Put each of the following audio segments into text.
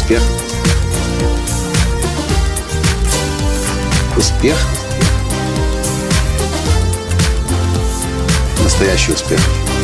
Успех. Успех. Настоящий успех.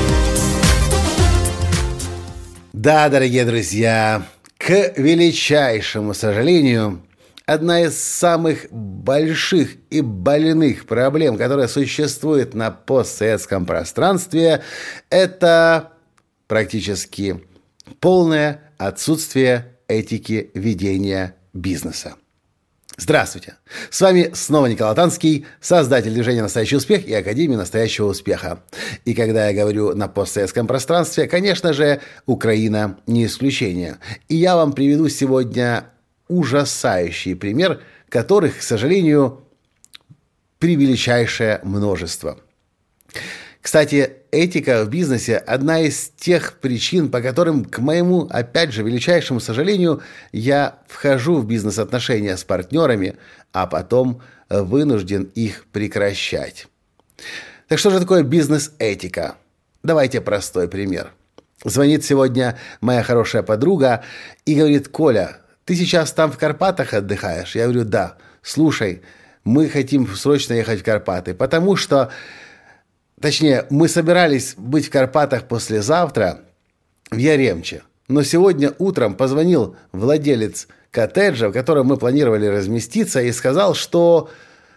Да, дорогие друзья, к величайшему сожалению, одна из самых больших и больных проблем, которая существует на постсоветском пространстве, это практически полное отсутствие этики ведения бизнеса. Здравствуйте! С вами снова Николай Танский, создатель движения «Настоящий успех» и Академии настоящего успеха. И когда я говорю на постсоветском пространстве, конечно же, Украина не исключение. И я вам приведу сегодня ужасающий пример, которых, к сожалению, превеличайшее множество. Кстати, этика в бизнесе – одна из тех причин, по которым, к моему, опять же, величайшему сожалению, я вхожу в бизнес-отношения с партнерами, а потом вынужден их прекращать. Так что же такое бизнес-этика? Давайте простой пример. Звонит сегодня моя хорошая подруга и говорит: «Коля, ты сейчас там в Карпатах отдыхаешь?» Я говорю: «Да». «Слушай, мы хотим срочно ехать в Карпаты, потому что...» Точнее, мы собирались быть в Карпатах послезавтра в Яремче. Но сегодня утром позвонил владелец коттеджа, в котором мы планировали разместиться, и сказал, что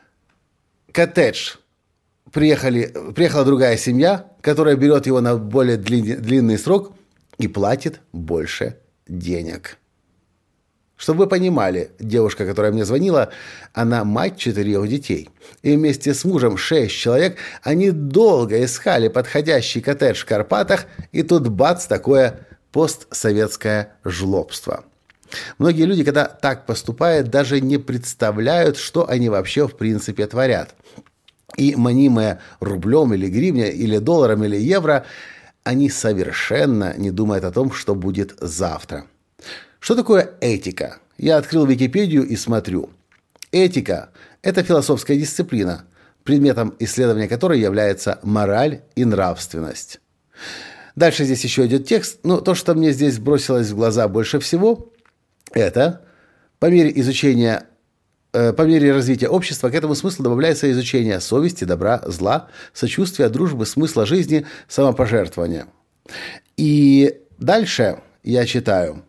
коттедж приехала другая семья, которая берет его на более длинный срок и платит больше денег. Чтобы вы понимали, девушка, которая мне звонила, она мать 4 детей. И вместе с мужем 6 человек, они долго искали подходящий коттедж в Карпатах, и тут бац, такое постсоветское жлобство. Многие люди, когда так поступают, даже не представляют, что они вообще в принципе творят. И манимые рублем или гривней, или долларом, или евро, они совершенно не думают о том, что будет завтра. Что такое этика? Я открыл Википедию и смотрю. Этика – это философская дисциплина, предметом исследования которой является мораль и нравственность. Дальше здесь еще идет текст, но то, что мне здесь бросилось в глаза больше всего, это по мере развития общества к этому смыслу добавляется изучение совести, добра, зла, сочувствия, дружбы, смысла жизни, самопожертвования. И дальше я читаю.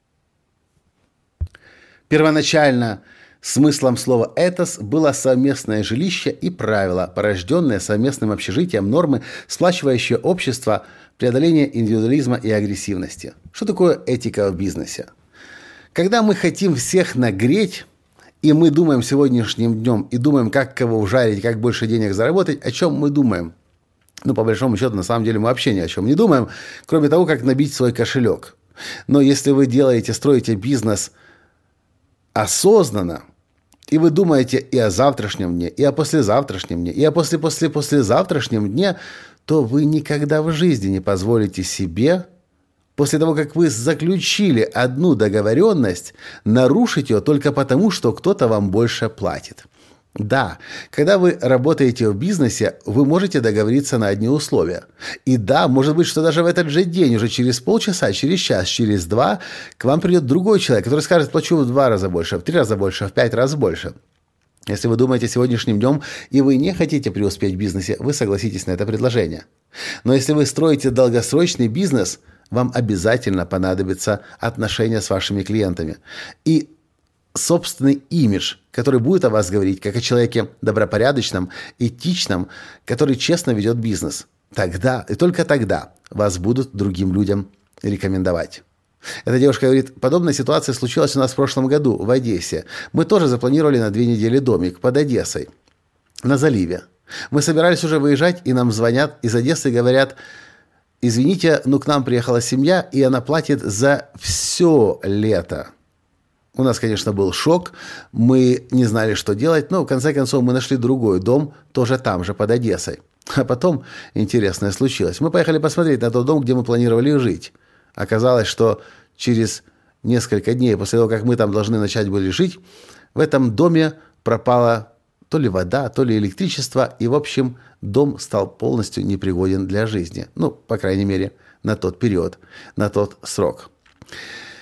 Первоначально смыслом слова «этос» было совместное жилище и правила, порожденные совместным общежитием, нормы, сплачивающие общество, преодоление индивидуализма и агрессивности. Что такое этика в бизнесе? Когда мы хотим всех нагреть, и мы думаем сегодняшним днем, и думаем, как кого ужарить, как больше денег заработать, о чем мы думаем? По большому счету, на самом деле, мы вообще ни о чем не думаем, кроме того, как набить свой кошелек. Но если вы строите бизнес осознанно, и вы думаете и о завтрашнем дне, и о послезавтрашнем дне, и о послезавтрашнем дне, то вы никогда в жизни не позволите себе, после того, как вы заключили одну договоренность, нарушить ее только потому, что кто-то вам больше платит. Да, когда вы работаете в бизнесе, вы можете договориться на одни условия. И да, может быть, что даже в этот же день, уже через полчаса, через час, через 2, к вам придет другой человек, который скажет: плачу в 2 раза больше, в 3 раза больше, в 5 раз больше. Если вы думаете сегодняшним днем, и вы не хотите преуспеть в бизнесе, вы согласитесь на это предложение. Но если вы строите долгосрочный бизнес, вам обязательно понадобятся отношения с вашими клиентами. И собственный имидж, который будет о вас говорить как о человеке добропорядочном, этичном, который честно ведет бизнес. Тогда, и только тогда, вас будут другим людям рекомендовать. Эта девушка говорит: подобная ситуация случилась у нас в прошлом году в Одессе. Мы тоже запланировали на 2 недели домик под Одессой, на заливе. Мы собирались уже выезжать, и нам звонят из Одессы и говорят: извините, к нам приехала семья, и она платит за все лето. У нас, конечно, был шок, мы не знали, что делать, но в конце концов мы нашли другой дом, тоже там же, под Одессой. А потом интересное случилось. Мы поехали посмотреть на тот дом, где мы планировали жить. Оказалось, что через несколько дней после того, как мы там должны начать были жить, в этом доме пропала то ли вода, то ли электричество, и, в общем, дом стал полностью непригоден для жизни. По крайней мере, на тот период, на тот срок.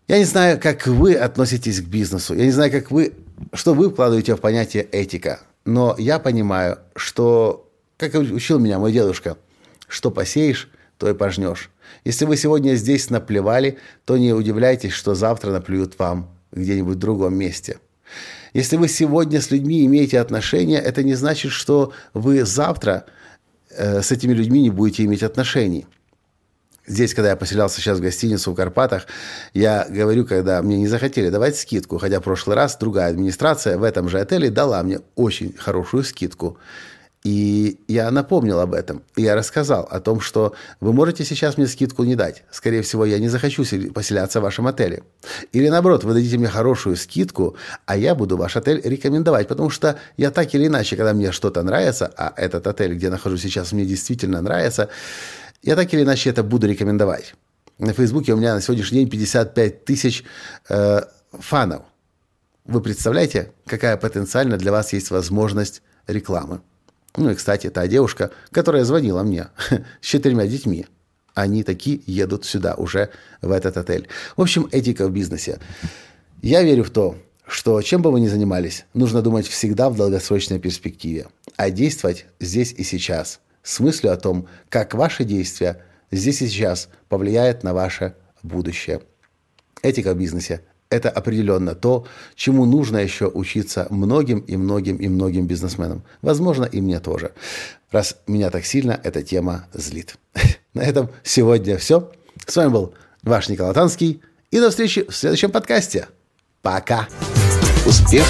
Я не знаю, как вы относитесь к бизнесу. Я не знаю, что вы вкладываете в понятие этика. Но я понимаю, что, как учил меня мой дедушка, что посеешь, то и пожнешь. Если вы сегодня здесь наплевали, то не удивляйтесь, что завтра наплюют вам где-нибудь в другом месте. Если вы сегодня с людьми имеете отношения, это не значит, что вы завтра с этими людьми не будете иметь отношений. Здесь, когда я поселялся сейчас в гостиницу в Карпатах, я говорю, когда мне не захотели давать скидку, хотя в прошлый раз другая администрация в этом же отеле дала мне очень хорошую скидку. И я напомнил об этом. И я рассказал о том, что вы можете сейчас мне скидку не дать. Скорее всего, я не захочу поселяться в вашем отеле. Или наоборот, вы дадите мне хорошую скидку, а я буду ваш отель рекомендовать. Потому что я так или иначе, когда мне что-то нравится, а этот отель, где я нахожусь сейчас, мне действительно нравится, я так или иначе это буду рекомендовать. На Фейсбуке у меня на сегодняшний день 55 тысяч фанов. Вы представляете, какая потенциально для вас есть возможность рекламы? Ну и, кстати, та девушка, которая звонила мне с 4 детьми, они такие едут сюда уже, в этот отель. В общем, этика в бизнесе. Я верю в то, что чем бы вы ни занимались, нужно думать всегда в долгосрочной перспективе, а действовать здесь и сейчас, с мыслью о том, как ваши действия здесь и сейчас повлияют на ваше будущее. Этика в бизнесе – это определенно то, чему нужно еще учиться многим и многим и многим бизнесменам. Возможно, и мне тоже, раз меня так сильно эта тема злит. На этом сегодня все. С вами был ваш Николай Танский. И до встречи в следующем подкасте. Пока. Успех.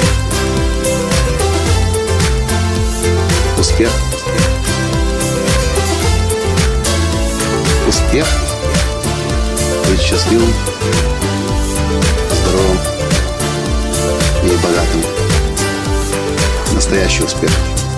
Успех. Успех. Быть счастливым, здоровым и богатым. Настоящий успех.